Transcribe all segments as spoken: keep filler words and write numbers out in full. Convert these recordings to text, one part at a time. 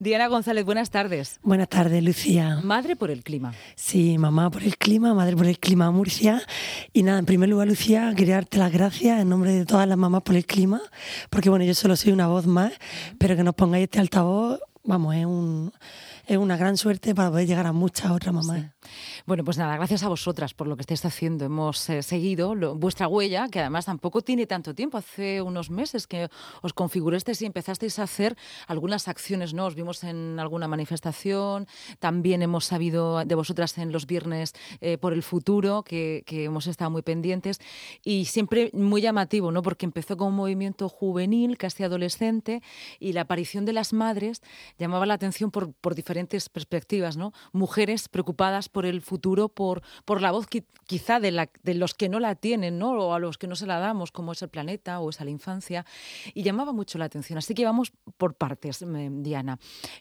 Diana González, buenas tardes. Buenas tardes, Lucía. Madre por el clima. Sí, mamá por el clima, madre por el clima Murcia. Y nada, en primer lugar, Lucía, quería darte las gracias en nombre de todas las mamás por el clima, porque bueno, yo solo soy una voz más, pero que nos pongáis este altavoz, vamos, es un... es una gran suerte para poder llegar a muchas otras mamás. Sí. Bueno, pues nada, gracias a vosotras por lo que estáis haciendo. Hemos eh, seguido lo, vuestra huella, que además tampoco tiene tanto tiempo. Hace unos meses que os configurasteis y empezasteis a hacer algunas acciones, ¿no? Os vimos en alguna manifestación, también hemos sabido de vosotras en los viernes eh, por el futuro, que, que hemos estado muy pendientes, y siempre muy llamativo, ¿no? Porque empezó con un movimiento juvenil, casi adolescente, y la aparición de las madres llamaba la atención por, por diferentes perspectivas, ¿no? Mujeres preocupadas por el futuro, por, por la voz qui, quizá de, la, de los que no la tienen, ¿no? O a los que no se la damos, como es el planeta o es a la infancia, y llamaba mucho la atención. Así que vamos por partes, Diana.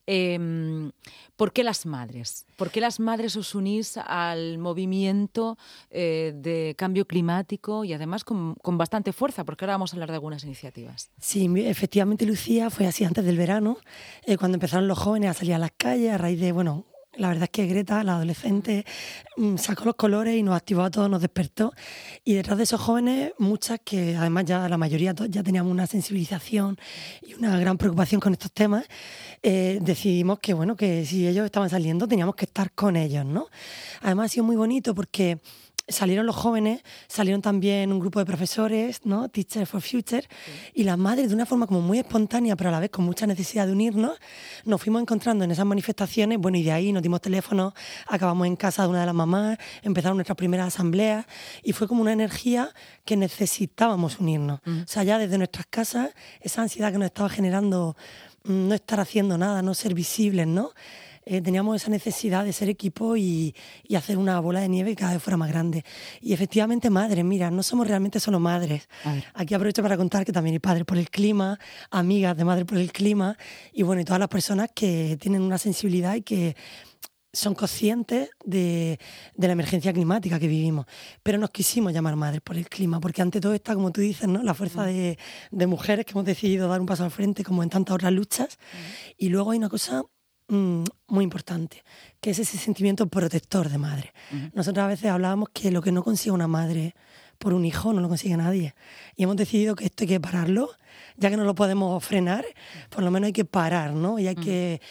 Eh, ¿Por qué las madres? ¿Por qué las madres os unís al movimiento eh, de cambio climático y además con, con bastante fuerza? Porque ahora vamos a hablar de algunas iniciativas. Sí, efectivamente, Lucía, fue así antes del verano, eh, cuando empezaron los jóvenes a salir a las calles a raíz de, bueno, la verdad es que Greta, la adolescente, sacó los colores y nos activó a todos, nos despertó. Y detrás de esos jóvenes, muchas que además ya la mayoría ya teníamos una sensibilización y una gran preocupación con estos temas, eh, decidimos que, bueno, que si ellos estaban saliendo teníamos que estar con ellos, ¿no? Además ha sido muy bonito porque salieron los jóvenes, salieron también un grupo de profesores, ¿no? Teachers for Future, sí. Y las madres, de una forma como muy espontánea, pero a la vez con mucha necesidad de unirnos, nos fuimos encontrando en esas manifestaciones, bueno, y de ahí nos dimos teléfono, acabamos en casa de una de las mamás, empezaron nuestras primeras asambleas, y fue como una energía que necesitábamos unirnos. Uh-huh. O sea, ya desde nuestras casas, esa ansiedad que nos estaba generando no estar haciendo nada, no ser visibles, ¿no? Eh, teníamos esa necesidad de ser equipo y, y hacer una bola de nieve que cada vez fuera más grande. Y efectivamente, madres, mira, no somos realmente solo madres. Aquí aprovecho para contar que también hay padres por el clima, amigas de madres por el clima, y bueno, y todas las personas que tienen una sensibilidad y que son conscientes de, de la emergencia climática que vivimos. Pero nos quisimos llamar madres por el clima, porque ante todo está, como tú dices, ¿no? La fuerza de, de mujeres que hemos decidido dar un paso al frente, como en tantas otras luchas. Uh-huh. Y luego hay una cosa Mm, muy importante, que es ese sentimiento protector de madre. Uh-huh. Nosotros a veces hablábamos que lo que no consigue una madre por un hijo no lo consigue nadie, y hemos decidido que esto hay que pararlo, ya que no lo podemos frenar, por lo menos hay que parar, ¿no? Y hay uh-huh. que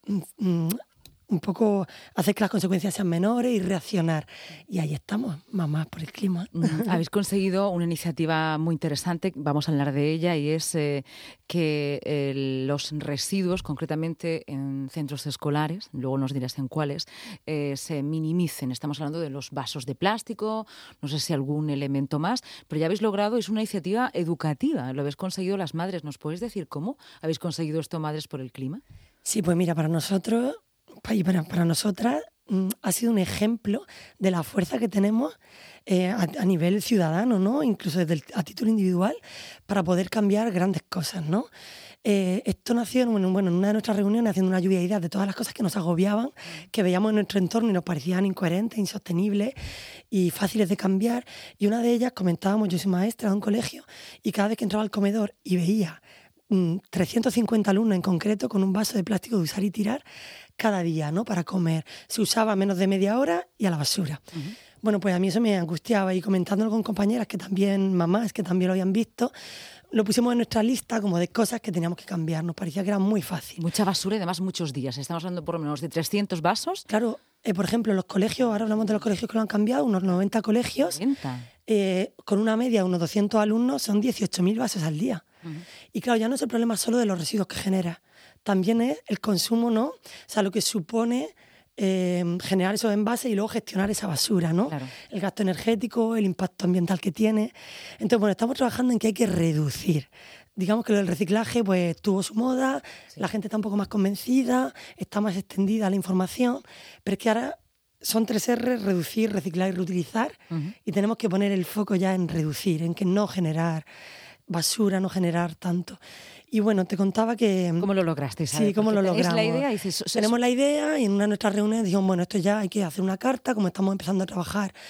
mm, un poco hacer que las consecuencias sean menores y reaccionar. Y ahí estamos, mamás por el clima. Mm, habéis conseguido una iniciativa muy interesante, vamos a hablar de ella, y es eh, que eh, los residuos, concretamente en centros escolares, luego nos dirás en cuáles, eh, se minimicen. Estamos hablando de los vasos de plástico, no sé si algún elemento más, pero ya habéis logrado, es una iniciativa educativa, lo habéis conseguido las madres. ¿Nos podéis decir cómo habéis conseguido esto, Madres por el Clima? Sí, pues mira, para nosotros... Y para, para nosotras mm, ha sido un ejemplo de la fuerza que tenemos eh, a, a nivel ciudadano, ¿no? Incluso desde el, a título individual, para poder cambiar grandes cosas, ¿no? Eh, esto nació en, bueno, en una de nuestras reuniones, haciendo una lluvia de ideas de todas las cosas que nos agobiaban, que veíamos en nuestro entorno y nos parecían incoherentes, insostenibles y fáciles de cambiar. Y una de ellas, comentábamos, yo soy maestra de un colegio, y cada vez que entraba al comedor y veía mmm, trescientos cincuenta alumnos en concreto con un vaso de plástico de usar y tirar, cada día, ¿no? Para comer. Se usaba menos de media hora y a la basura. Uh-huh. Bueno, pues a mí eso me angustiaba, y comentándolo con compañeras que también, mamás, que también lo habían visto, lo pusimos en nuestra lista como de cosas que teníamos que cambiar. Nos parecía que era muy fácil. Mucha basura y además muchos días. Estamos hablando por lo menos de trescientos vasos. Claro, eh, por ejemplo, los colegios, ahora hablamos de los colegios que lo han cambiado, unos noventa colegios, noventa. Eh, con una media de unos doscientos alumnos, son dieciocho mil vasos al día. Uh-huh. Y claro, ya no es el problema solo de los residuos que genera, también es el consumo, ¿no? O sea, lo que supone eh, generar esos envases y luego gestionar esa basura, ¿no? Claro. El gasto energético, el impacto ambiental que tiene. Entonces, bueno, estamos trabajando en que hay que reducir. Digamos que lo del reciclaje pues tuvo su moda, sí. La gente está un poco más convencida, está más extendida la información, pero es que ahora son tres erre, reducir, reciclar y reutilizar, uh-huh. y tenemos que poner el foco ya en reducir, en que no generar basura, no generar tanto. Y bueno, te contaba que... ¿Cómo lo lograsteis? Sí, ¿cómo lo logramos? Es la idea. Y dices, Tenemos la idea y en una de nuestras reuniones dijimos, bueno, esto ya hay que hacer una carta, como estamos empezando a trabajar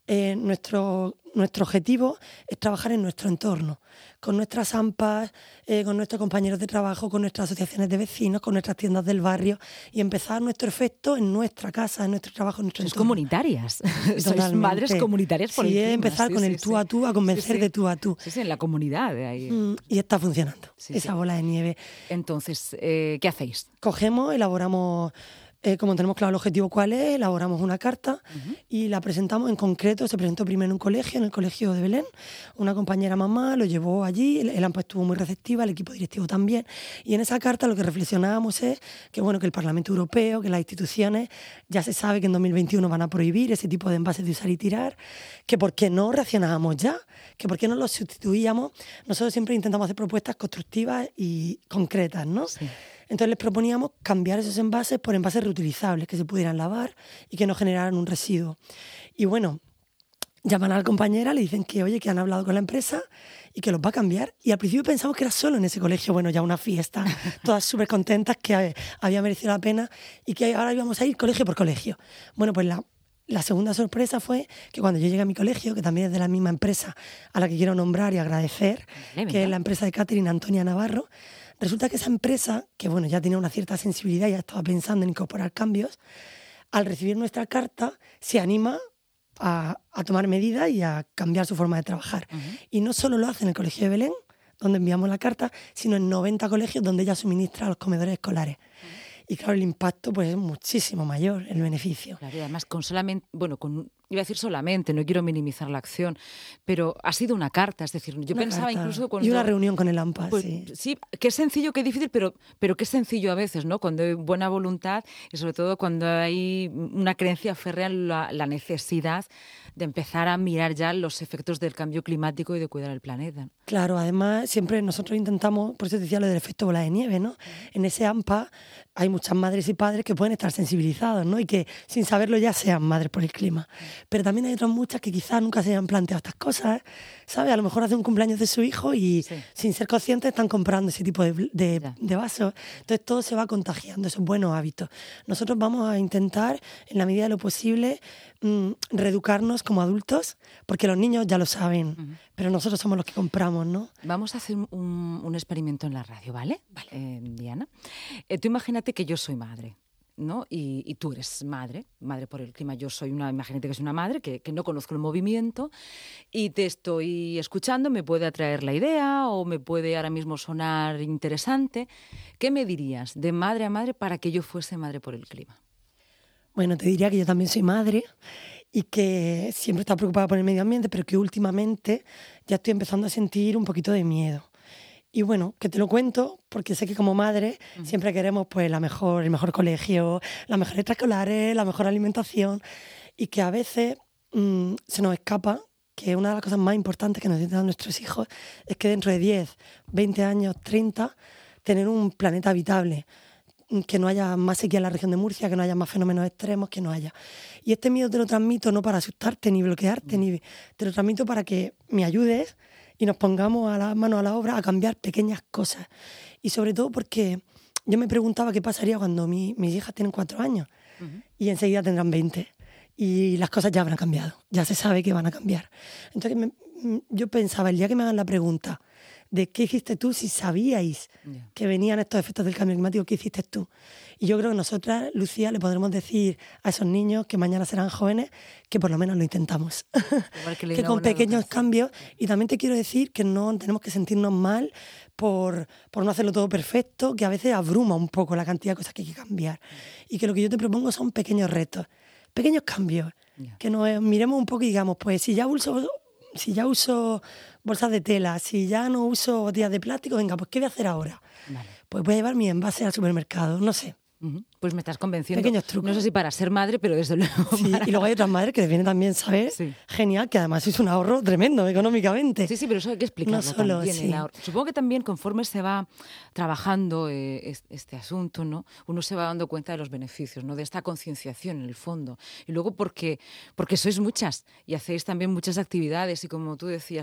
eh, nuestro, nuestro objetivo es trabajar en nuestro entorno, con nuestras A M P As, eh, con nuestros compañeros de trabajo, con nuestras asociaciones de vecinos, con nuestras tiendas del barrio y empezar nuestro efecto en nuestra casa, en nuestro trabajo, en nuestro Sois entorno. comunitarias, sois Totalmente. madres comunitarias por sí, el clima. Sí, empezar sí, con sí, el tú sí. a tú, a convencer sí, sí. de tú a tú. Sí, sí, en la comunidad. De ahí. Mm, y está funcionando, Sí, esa sí. bola de nieve. Entonces, eh, ¿qué hacéis? Cogemos, elaboramos, eh, como tenemos claro el objetivo cuál es, elaboramos una carta uh-huh. y la presentamos en concreto. Se presentó primero en un colegio, en el colegio de Belén. Una compañera mamá lo llevó allí, el, el A M P A estuvo muy receptiva, el equipo directivo también. Y en esa carta lo que reflexionábamos es que, bueno, que el Parlamento Europeo, que las instituciones, ya se sabe que en dos mil veintiuno van a prohibir ese tipo de envases de usar y tirar, que por qué no reaccionábamos ya, que por qué no los sustituíamos. Nosotros siempre intentamos hacer propuestas constructivas y concretas, ¿no? Sí. Entonces les proponíamos cambiar esos envases por envases reutilizables, que se pudieran lavar y que no generaran un residuo. Y bueno, llaman a la compañera, le dicen que, oye, que han hablado con la empresa y que los va a cambiar. Y al principio pensamos que era solo en ese colegio, bueno, ya una fiesta, todas súper contentas, que había merecido la pena y que ahora íbamos a ir colegio por colegio. Bueno, pues la... La segunda sorpresa fue que cuando yo llegué a mi colegio, que también es de la misma empresa a la que quiero nombrar y agradecer, que es la empresa de catering Antonia Navarro, resulta que esa empresa, que bueno, ya tenía una cierta sensibilidad y ya estaba pensando en incorporar cambios, al recibir nuestra carta se anima a, a tomar medidas y a cambiar su forma de trabajar. Uh-huh. Y no solo lo hace en el Colegio de Belén, donde enviamos la carta, sino en noventa colegios donde ella suministra a los comedores escolares. Uh-huh. Y claro, el impacto pues es muchísimo mayor, el beneficio. Claro, y además con solamente, bueno, con, iba a decir solamente, no quiero minimizar la acción, pero ha sido una carta, es decir, yo una pensaba carta. incluso cuando... Y una reunión con el A M P A, pues, sí. Sí, qué sencillo, qué difícil, pero, pero qué sencillo a veces, ¿no? Cuando hay buena voluntad y sobre todo cuando hay una creencia férrea en la, la necesidad de empezar a mirar ya los efectos del cambio climático y de cuidar el planeta. Claro, además siempre nosotros intentamos, por eso te decía lo del efecto bola de nieve, ¿no? En ese A M P A hay muchas madres y padres que pueden estar sensibilizados, ¿no? Y que sin saberlo ya sean madres por el clima. Pero también hay otras muchas que quizás nunca se hayan planteado estas cosas, ¿sabes? A lo mejor hacen un cumpleaños de su hijo y sí. sin ser conscientes están comprando ese tipo de, de, de vasos. Entonces todo se va contagiando, esos buenos hábitos. Nosotros vamos a intentar, en la medida de lo posible, mmm, reeducarnos como adultos, porque los niños ya lo saben, uh-huh. pero nosotros somos los que compramos, ¿no? Vamos a hacer un, un experimento en la radio, ¿vale? Vale. Eh, Diana, eh, tú imagínate que yo soy madre, ¿no? Y, y tú eres madre, madre por el clima. Yo soy una, imagínate que soy una madre que, que no conozco el movimiento y te estoy escuchando, me puede atraer la idea o me puede ahora mismo sonar interesante. ¿Qué me dirías de madre a madre para que yo fuese madre por el clima? Bueno, te diría que yo también soy madre y que siempre está preocupada por el medio ambiente, pero que últimamente ya estoy empezando a sentir un poquito de miedo. Y bueno, que te lo cuento porque sé que como madre uh-huh. siempre queremos pues la mejor, el mejor colegio, las mejores extraescolares, la mejor alimentación y que a veces mmm, se nos escapa que una de las cosas más importantes que nos necesitan nuestros hijos es que dentro de diez, veinte años, treinta, tener un planeta habitable, que no haya más sequía en la región de Murcia, que no haya más fenómenos extremos, que no haya. Y este miedo te lo transmito no para asustarte ni bloquearte, uh-huh. ni te lo transmito para que me ayudes y nos pongamos a las manos a la obra a cambiar pequeñas cosas. Y sobre todo porque yo me preguntaba qué pasaría cuando mi, mis hijas tienen cuatro años uh-huh. y enseguida tendrán veinte. Y las cosas ya habrán cambiado, ya se sabe que van a cambiar. Entonces me, yo pensaba, el día que me hagan la pregunta de qué hiciste tú si sabíais yeah. que venían estos efectos del cambio climático, ¿qué hiciste tú? Y yo creo que nosotras, Lucía, le podremos decir a esos niños que mañana serán jóvenes que por lo menos lo intentamos. que, que con pequeños educación. cambios. Y también te quiero decir que no tenemos que sentirnos mal por, por no hacerlo todo perfecto, que a veces abruma un poco la cantidad de cosas que hay que cambiar. Y que lo que yo te propongo son pequeños retos, pequeños cambios. Yeah. Que nos miremos un poco y digamos, pues si ya uso... Si ya uso bolsas de tela, si ya no uso botellas de plástico, venga, pues ¿qué voy a hacer ahora? Vale. Pues voy a llevar mi envase al supermercado, no sé. Uh-huh. Pues me estás convenciendo. Pequeños trucos. No sé si para ser madre, pero desde luego. Sí, para... y luego hay otras madres que les viene también saber, sí. genial, que además es un ahorro tremendo económicamente. Sí, sí, pero eso hay que explicarlo no solo, también. Sí. El ahorro. Supongo que también conforme se va trabajando eh, este asunto, ¿no? Uno se va dando cuenta de los beneficios, ¿no? De esta concienciación en el fondo. Y luego porque, porque sois muchas y hacéis también muchas actividades y como tú decías,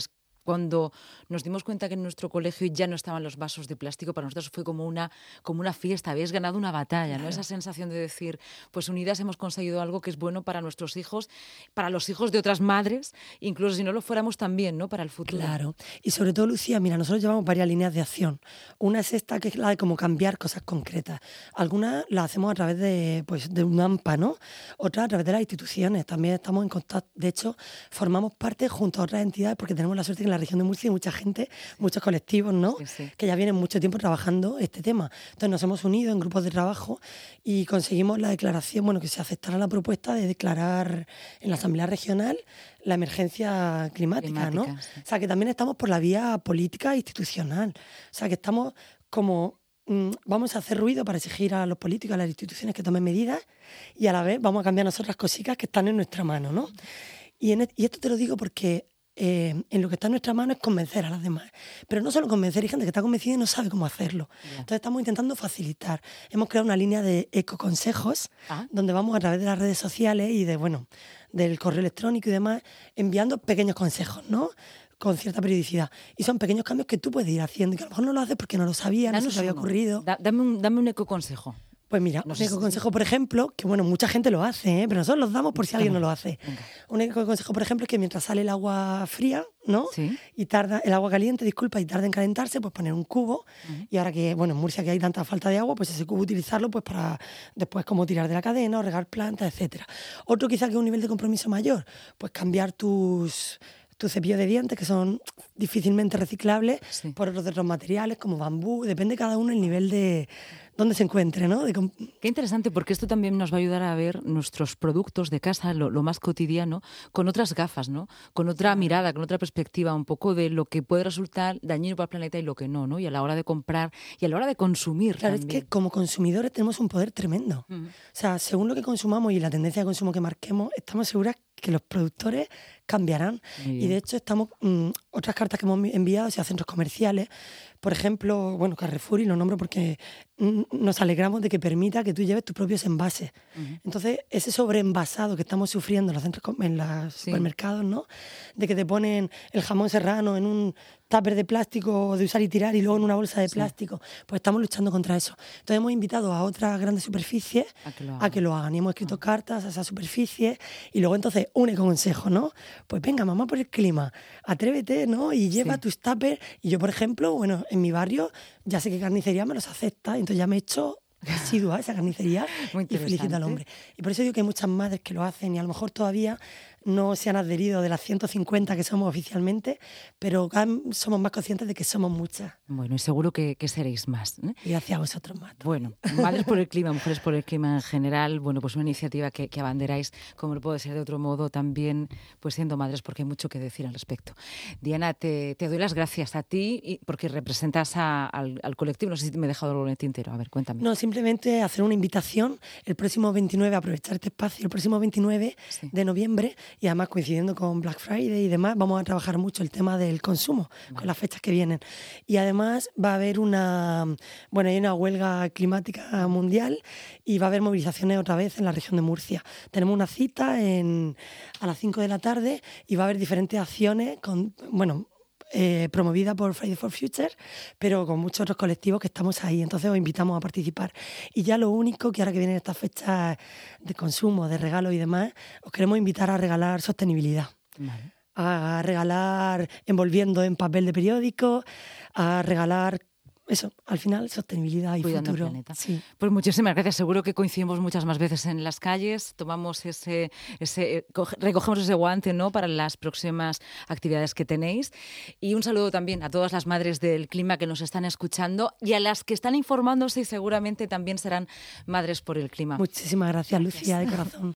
Cuando nos dimos cuenta que en nuestro colegio ya no estaban los vasos de plástico, para nosotros fue como una, como una fiesta, habéis ganado una batalla, claro. ¿no? Esa sensación de decir, pues unidas hemos conseguido algo que es bueno para nuestros hijos, para los hijos de otras madres, incluso si no lo fuéramos también, ¿no? Para el futuro. Claro. Y sobre todo, Lucía, mira, nosotros llevamos varias líneas de acción. Una es esta, que es la de cómo cambiar cosas concretas. Algunas las hacemos a través de, pues, de un AMPA, ¿no? Otras a través de las instituciones. También estamos en contacto. De hecho, formamos parte junto a otras entidades porque tenemos la suerte que en la región de Murcia hay mucha gente, muchos colectivos, ¿no? Sí, sí. Que ya vienen mucho tiempo trabajando este tema. Entonces nos hemos unido en grupos de trabajo y conseguimos la declaración, bueno, que se aceptara la propuesta de declarar en la Asamblea Regional la emergencia climática, Climática, ¿no? sí. O sea, que también estamos por la vía política e institucional. O sea, que estamos como... mmm, vamos a hacer ruido para exigir a los políticos, a las instituciones que tomen medidas y a la vez vamos a cambiar nosotras cositas que están en nuestra mano, ¿no? Y, en, y esto te lo digo porque eh, en lo que está en nuestra mano es convencer a las demás. Pero no solo convencer, hay gente que está convencida y no sabe cómo hacerlo. Yeah. Entonces estamos intentando facilitar. Hemos creado una línea de ecoconsejos ¿Ah? donde vamos a través de las redes sociales y de, bueno, del correo electrónico y demás, enviando pequeños consejos, ¿no? Con cierta periodicidad. Y son pequeños cambios que tú puedes ir haciendo y que a lo mejor no lo haces porque no lo sabías, no se te había ocurrido. Da, dame, un, dame un ecoconsejo. Pues mira, no un ecoconsejo, si... por ejemplo, que bueno, mucha gente lo hace, ¿eh? Pero nosotros los damos por si alguien no lo hace. Venga. Un ecoconsejo, por ejemplo, es que mientras sale el agua fría, ¿no? Sí. Y tarda, el agua caliente, disculpa, y tarda en calentarse, pues poner un cubo. Uh-huh. Y ahora que, bueno, en Murcia que hay tanta falta de agua, pues ese cubo utilizarlo pues para después como tirar de la cadena o regar plantas, etcétera. Otro quizá que es un nivel de compromiso mayor, pues cambiar tus... tus cepillos de dientes, que son difícilmente reciclables, sí. por otros de otros materiales, como bambú, depende cada uno el nivel de dónde se encuentre, ¿no? De comp- Qué interesante, porque esto también nos va a ayudar a ver nuestros productos de casa, lo, lo más cotidiano, con otras gafas, ¿no? Con otra sí. mirada, con otra perspectiva, un poco de lo que puede resultar dañino para el planeta y lo que no, ¿no? Y a la hora de comprar y a la hora de consumir Claro, también. Es que como consumidores tenemos un poder tremendo. Uh-huh. O sea, según lo que consumamos y la tendencia de consumo que marquemos, estamos seguras que los productores cambiarán. Y de hecho, estamos mmm, otras cartas que hemos enviado hacia centros comerciales, por ejemplo, bueno, Carrefour, y lo nombro porque mmm, nos alegramos de que permita que tú lleves tus propios envases. Uh-huh. Entonces, ese sobreenvasado que estamos sufriendo en los centros, en los sí. supermercados, ¿no? De que te ponen el jamón serrano en un tupper de plástico de usar y tirar y luego en una bolsa de sí. plástico, pues estamos luchando contra eso. Entonces hemos invitado a otras grandes superficies a que lo hagan, a que lo hagan. Y hemos escrito ah. cartas a esas superficies y luego entonces un ecoconsejo, ¿no? Pues venga, mamá por el clima, atrévete, ¿no? Y lleva sí. tus tuppers. Y yo, por ejemplo, bueno, en mi barrio ya sé que carnicería me los acepta, entonces ya me he hecho asidua esa carnicería y felicito al hombre. Y por eso digo que hay muchas madres que lo hacen y a lo mejor todavía no se han adherido de las ciento cincuenta que somos oficialmente, pero somos más conscientes de que somos muchas. Bueno, y seguro que, que seréis más, ¿eh? Y gracias a vosotros más. Bueno, Madres por el Clima, Mujeres por el Clima en general, bueno, pues una iniciativa que, que abanderáis, como no puede ser de otro modo, también pues siendo madres, porque hay mucho que decir al respecto. Diana, te, te doy las gracias a ti y porque representas a, al, al colectivo, no sé si me he dejado algo en el tintero, a ver, cuéntame. No, simplemente hacer una invitación el próximo veintinueve, aprovechar este espacio, el próximo veintinueve sí. de noviembre, y además coincidiendo con Black Friday y demás, vamos a trabajar mucho el tema del consumo, vale. con las fechas que vienen. Y además va a haber una, bueno, hay una huelga climática mundial y va a haber movilizaciones otra vez en la región de Murcia. Tenemos una cita en, a las cinco de la tarde y va a haber diferentes acciones con, bueno, Eh, promovida por Friday for Future, pero con muchos otros colectivos que estamos ahí, entonces os invitamos a participar. Y ya lo único que ahora que vienen estas fechas de consumo, de regalos y demás, os queremos invitar a regalar sostenibilidad. Vale. A regalar envolviendo en papel de periódico, a regalar eso, al final, sostenibilidad y cuidando futuro. El planeta. Sí. Pues muchísimas gracias. Seguro que coincidimos muchas más veces en las calles, tomamos ese, ese recogemos ese guante, ¿no?, para las próximas actividades que tenéis. Y un saludo también a todas las madres del clima que nos están escuchando y a las que están informándose y seguramente también serán madres por el clima. Muchísimas gracias, Lucía, de corazón.